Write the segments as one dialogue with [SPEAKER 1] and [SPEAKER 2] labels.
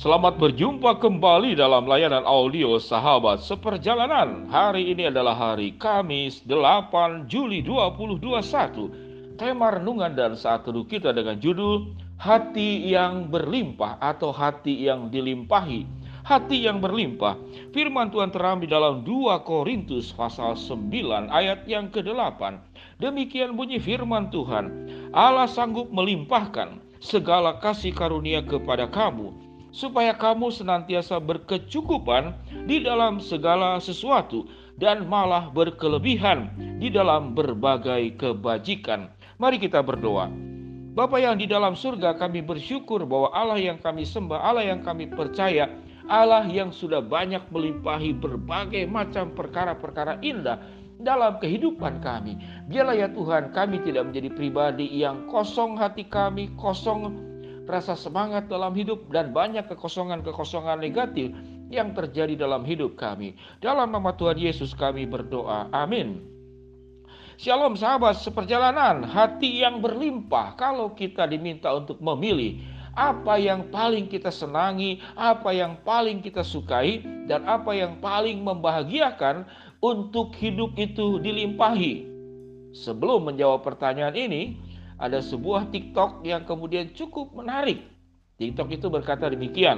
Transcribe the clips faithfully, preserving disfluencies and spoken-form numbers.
[SPEAKER 1] Selamat berjumpa kembali dalam layanan audio Sahabat Seperjalanan. Hari ini adalah hari Kamis delapan Juli dua ribu dua puluh satu. Tema renungan dan saat teduh kita dengan judul Hati yang berlimpah atau hati yang dilimpahi. Hati yang berlimpah. Firman Tuhan terambil dalam dua Korintus pasal sembilan ayat yang kedelapan. Demikian bunyi firman Tuhan. Allah sanggup melimpahkan segala kasih karunia kepada kamu, supaya kamu senantiasa berkecukupan di dalam segala sesuatu dan malah berkelebihan di dalam berbagai kebajikan. Mari kita berdoa. Bapa yang di dalam surga, kami bersyukur bahwa Allah yang kami sembah, Allah yang kami percaya, Allah yang sudah banyak melimpahi berbagai macam perkara-perkara indah dalam kehidupan kami. Biarlah ya Tuhan, kami tidak menjadi pribadi yang kosong hati kami, kosong rasa semangat dalam hidup, dan banyak kekosongan-kekosongan negatif yang terjadi dalam hidup kami. Dalam nama Tuhan Yesus kami berdoa. Amin. Shalom sahabat seperjalanan. Hati yang berlimpah. Kalau kita diminta untuk memilih apa yang paling kita senangi, apa yang paling kita sukai, dan apa yang paling membahagiakan untuk hidup itu dilimpahi. Sebelum menjawab pertanyaan ini, ada sebuah TikTok yang kemudian cukup menarik. TikTok itu berkata demikian.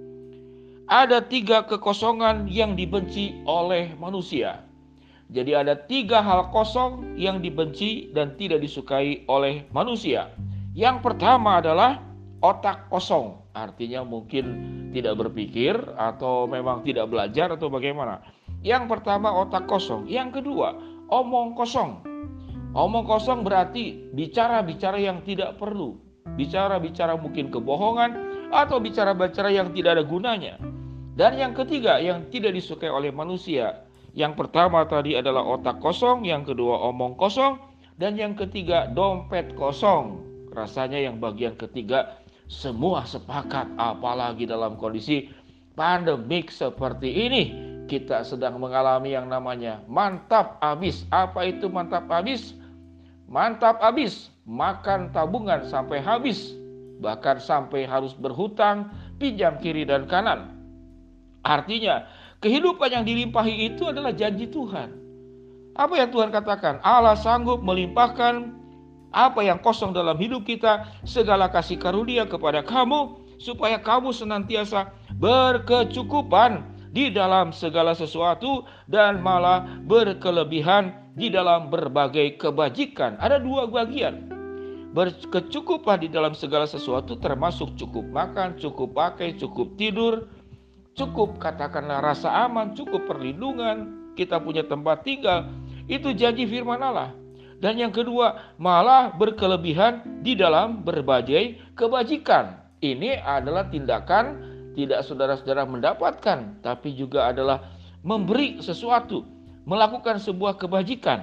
[SPEAKER 1] Ada tiga kekosongan yang dibenci oleh manusia. Jadi ada tiga hal kosong yang dibenci dan tidak disukai oleh manusia. Yang pertama adalah otak kosong. Artinya mungkin tidak berpikir atau memang tidak belajar atau bagaimana. Yang pertama otak kosong. Yang kedua omong kosong. Omong kosong berarti bicara-bicara yang tidak perlu. Bicara-bicara mungkin kebohongan atau bicara-bicara yang tidak ada gunanya. Dan yang ketiga yang tidak disukai oleh manusia. Yang pertama tadi adalah otak kosong, yang kedua omong kosong, dan yang ketiga dompet kosong. Rasanya yang bagian ketiga semua sepakat, apalagi dalam kondisi pandemik seperti ini. Kita sedang mengalami yang namanya mantap habis. Apa itu mantap habis? Mantap habis, makan tabungan sampai habis, bahkan sampai harus berhutang, pinjam kiri dan kanan. Artinya, kehidupan yang dilimpahi itu adalah janji Tuhan. Apa yang Tuhan katakan? Allah sanggup melimpahkan apa yang kosong dalam hidup kita, segala kasih karunia kepada kamu, supaya kamu senantiasa berkecukupan di dalam segala sesuatu dan malah berkelebihan di dalam berbagai kebajikan. Ada dua bagian. Berkecukupan di dalam segala sesuatu termasuk cukup makan, cukup pakai, cukup tidur, cukup katakanlah rasa aman, cukup perlindungan, kita punya tempat tinggal. Itu janji firman Allah. Dan yang kedua, malah berkelebihan di dalam berbagai kebajikan. Ini adalah tindakan tidak saudara-saudara mendapatkan, tapi juga adalah memberi sesuatu, melakukan sebuah kebajikan.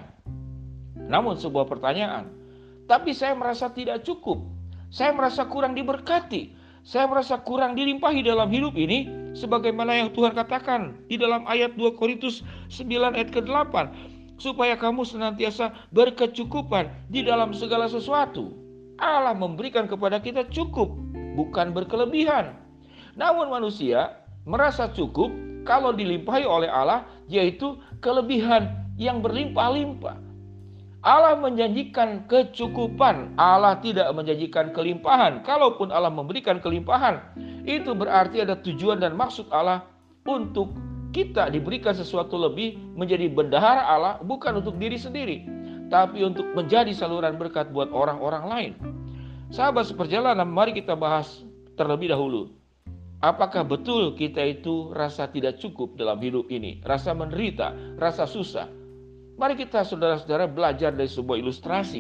[SPEAKER 1] Namun sebuah pertanyaan, tapi saya merasa tidak cukup, saya merasa kurang diberkati, saya merasa kurang dilimpahi dalam hidup ini, sebagaimana yang Tuhan katakan di dalam ayat dua Korintus sembilan ayat kedelapan, supaya kamu senantiasa berkecukupan di dalam segala sesuatu. Allah memberikan kepada kita cukup, bukan berkelebihan. Namun manusia merasa cukup kalau dilimpahi oleh Allah, yaitu kelebihan yang berlimpah-limpah. Allah menjanjikan kecukupan, Allah tidak menjanjikan kelimpahan. Kalaupun Allah memberikan kelimpahan, itu berarti ada tujuan dan maksud Allah untuk kita diberikan sesuatu lebih, menjadi bendahara Allah, bukan untuk diri sendiri, tapi untuk menjadi saluran berkat buat orang-orang lain. Sahabat seperjalanan, mari kita bahas terlebih dahulu. Apakah betul kita itu rasa tidak cukup dalam hidup ini? Rasa menderita, rasa susah. Mari kita saudara-saudara belajar dari sebuah ilustrasi.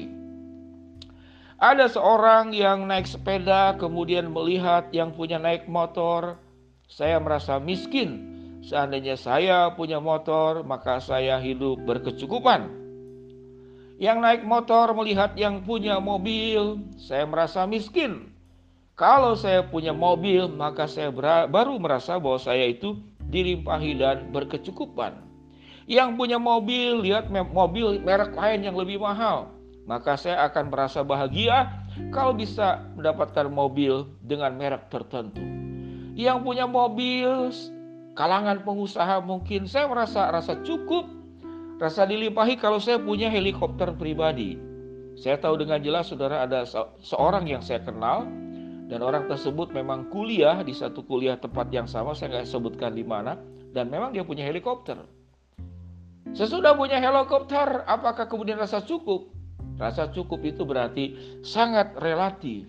[SPEAKER 1] Ada seorang yang naik sepeda, kemudian melihat yang punya naik motor. Saya merasa miskin. Seandainya saya punya motor, maka saya hidup berkecukupan. Yang naik motor melihat yang punya mobil, saya merasa miskin. Kalau saya punya mobil, maka saya baru merasa bahwa saya itu dilimpahi dan berkecukupan. Yang punya mobil, lihat mobil merek lain yang lebih mahal, maka saya akan merasa bahagia kalau bisa mendapatkan mobil dengan merek tertentu. yang punya mobil, kalangan pengusaha mungkin saya merasa rasa cukup, rasa dilimpahi kalau saya punya helikopter pribadi. Saya tahu dengan jelas saudara ada seorang yang saya kenal, dan orang tersebut memang kuliah di satu kuliah tempat yang sama, saya nggak sebutkan di mana, dan memang dia punya helikopter. Sesudah punya helikopter, apakah kemudian rasa cukup? Rasa cukup itu berarti sangat relatif.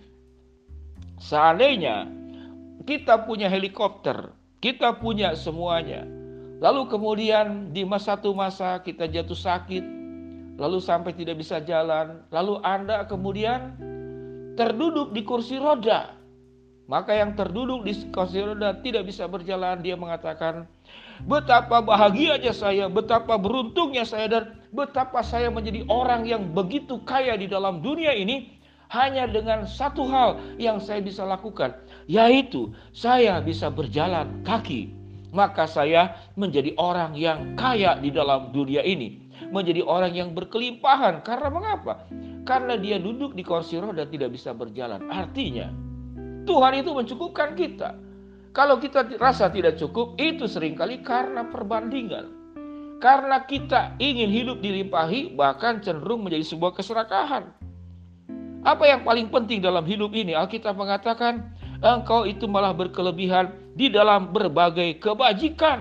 [SPEAKER 1] Seandainya kita punya helikopter, kita punya semuanya, lalu kemudian di masa satu masa kita jatuh sakit, lalu sampai tidak bisa jalan, lalu Anda kemudian terduduk di kursi roda. Maka yang terduduk di kursi roda tidak bisa berjalan, dia mengatakan, betapa bahagianya saya, betapa beruntungnya saya, dan betapa saya menjadi orang yang begitu kaya di dalam dunia ini hanya dengan satu hal yang saya bisa lakukan, yaitu saya bisa berjalan kaki. Maka saya menjadi orang yang kaya di dalam dunia ini, menjadi orang yang berkelimpahan. Karena mengapa? Karena dia duduk di kursi roda tidak bisa berjalan. Artinya Tuhan itu mencukupkan kita. Kalau kita rasa tidak cukup, itu seringkali karena perbandingan. Karena kita ingin hidup dilimpahi, bahkan cenderung menjadi sebuah keserakahan. Apa yang paling penting dalam hidup ini? Alkitab mengatakan, engkau itu malah berkelebihan di dalam berbagai kebajikan.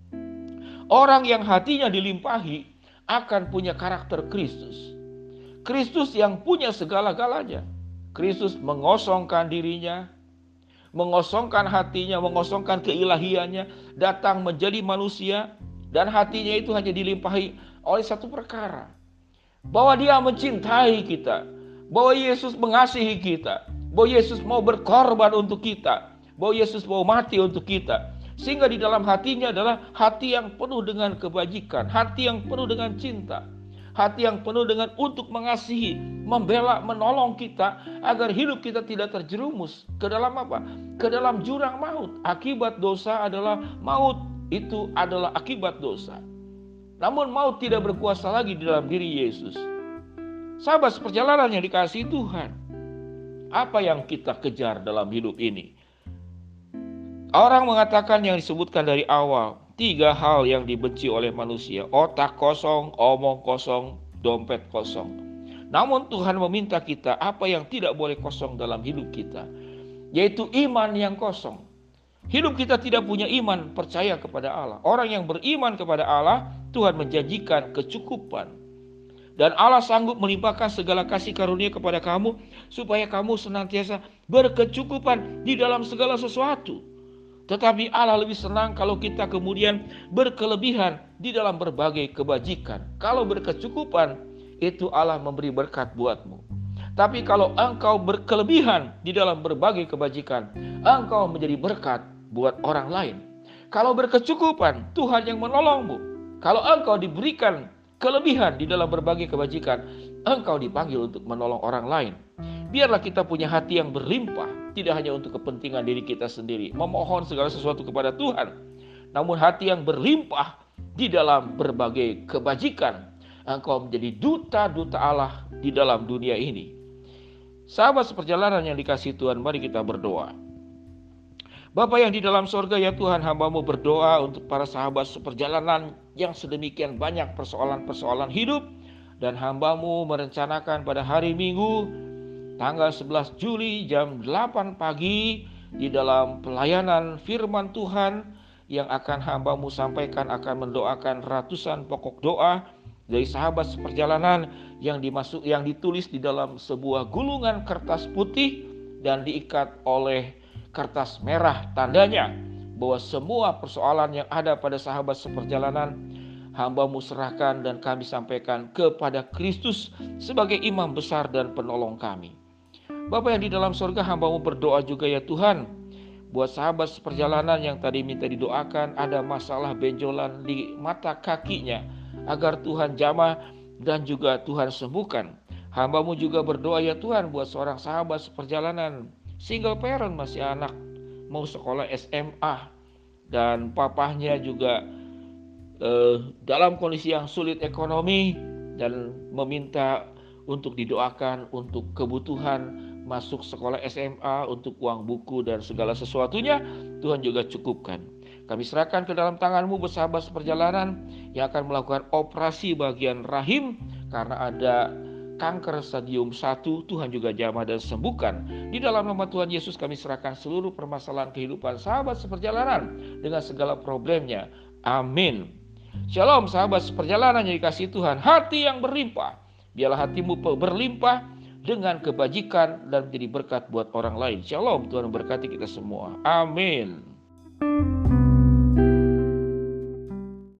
[SPEAKER 1] Orang yang hatinya dilimpahi akan punya karakter Kristus. Kristus yang punya segala-galanya. Kristus mengosongkan dirinya, mengosongkan hatinya, mengosongkan keilahiannya, datang menjadi manusia, dan hatinya itu hanya dilimpahi oleh satu perkara, bahwa dia mencintai kita, bahwa Yesus mengasihi kita, bahwa Yesus mau berkorban untuk kita, bahwa Yesus mau mati untuk kita. Sehingga di dalam hatinya adalah hati yang penuh dengan kebajikan, hati yang penuh dengan cinta, hati yang penuh dengan untuk mengasihi, membela, menolong kita agar hidup kita tidak terjerumus ke dalam apa? Ke dalam jurang maut. Akibat dosa adalah maut, itu adalah akibat dosa. Namun maut tidak berkuasa lagi di dalam diri Yesus. Sahabat seperjalanan yang dikasihi Tuhan, apa yang kita kejar dalam hidup ini? Orang mengatakan yang disebutkan dari awal, tiga hal yang dibenci oleh manusia: otak kosong, omong kosong, dompet kosong. Namun Tuhan meminta kita apa yang tidak boleh kosong dalam hidup kita, yaitu iman yang kosong. Hidup kita tidak punya iman percaya kepada Allah. Orang yang beriman kepada Allah, Tuhan menjanjikan kecukupan. Dan Allah sanggup melimpahkan segala kasih karunia kepada kamu, supaya kamu senantiasa berkecukupan di dalam segala sesuatu. Tetapi Allah lebih senang kalau kita kemudian berkelebihan di dalam berbagai kebajikan. Kalau berkecukupan, itu Allah memberi berkat buatmu. Tapi kalau engkau berkelebihan di dalam berbagai kebajikan, engkau menjadi berkat buat orang lain. Kalau berkecukupan, Tuhan yang menolongmu. Kalau engkau diberikan kelebihan di dalam berbagai kebajikan, engkau dipanggil untuk menolong orang lain. Biarlah kita punya hati yang berlimpah, tidak hanya untuk kepentingan diri kita sendiri, memohon segala sesuatu kepada Tuhan, namun hati yang berlimpah di dalam berbagai kebajikan. Engkau menjadi duta-duta Allah di dalam dunia ini. Sahabat seperjalanan yang dikasihi Tuhan, mari kita berdoa. Bapa yang di dalam sorga, ya Tuhan, hamba-Mu berdoa untuk para sahabat seperjalanan yang sedemikian banyak persoalan-persoalan hidup, dan hamba-Mu merencanakan pada hari Minggu tanggal sebelas Juli jam delapan pagi di dalam pelayanan firman Tuhan yang akan hamba-Mu sampaikan, akan mendoakan ratusan pokok doa dari sahabat seperjalanan yang dimasuk yang ditulis di dalam sebuah gulungan kertas putih dan diikat oleh kertas merah, tandanya bahwa semua persoalan yang ada pada sahabat seperjalanan hamba-Mu serahkan dan kami sampaikan kepada Kristus sebagai imam besar dan penolong kami. Bapa yang di dalam surga, hamba-Mu berdoa juga ya Tuhan, buat sahabat seperjalanan yang tadi minta didoakan, ada masalah benjolan di mata kakinya, agar Tuhan jamah dan juga Tuhan sembuhkan. Hamba-Mu juga berdoa ya Tuhan buat seorang sahabat seperjalanan, single parent, masih anak, mau sekolah S M A, dan papahnya juga eh, dalam kondisi yang sulit ekonomi, dan meminta untuk didoakan untuk kebutuhan masuk sekolah S M A, untuk uang buku dan segala sesuatunya, Tuhan juga cukupkan. Kami serahkan ke dalam tangan-Mu bersahabat seperjalanan yang akan melakukan operasi bagian rahim karena ada kanker stadium satu. Tuhan juga jamah dan sembuhkan. Di dalam nama Tuhan Yesus kami serahkan seluruh permasalahan kehidupan sahabat seperjalanan dengan segala problemnya. Amin. Shalom sahabat seperjalanan yang dikasihi Tuhan. Hati yang berlimpah, biarlah hatimu berlimpah dengan kebajikan dan menjadi berkat buat orang lain. Shalom, Tuhan memberkati kita semua. Amin.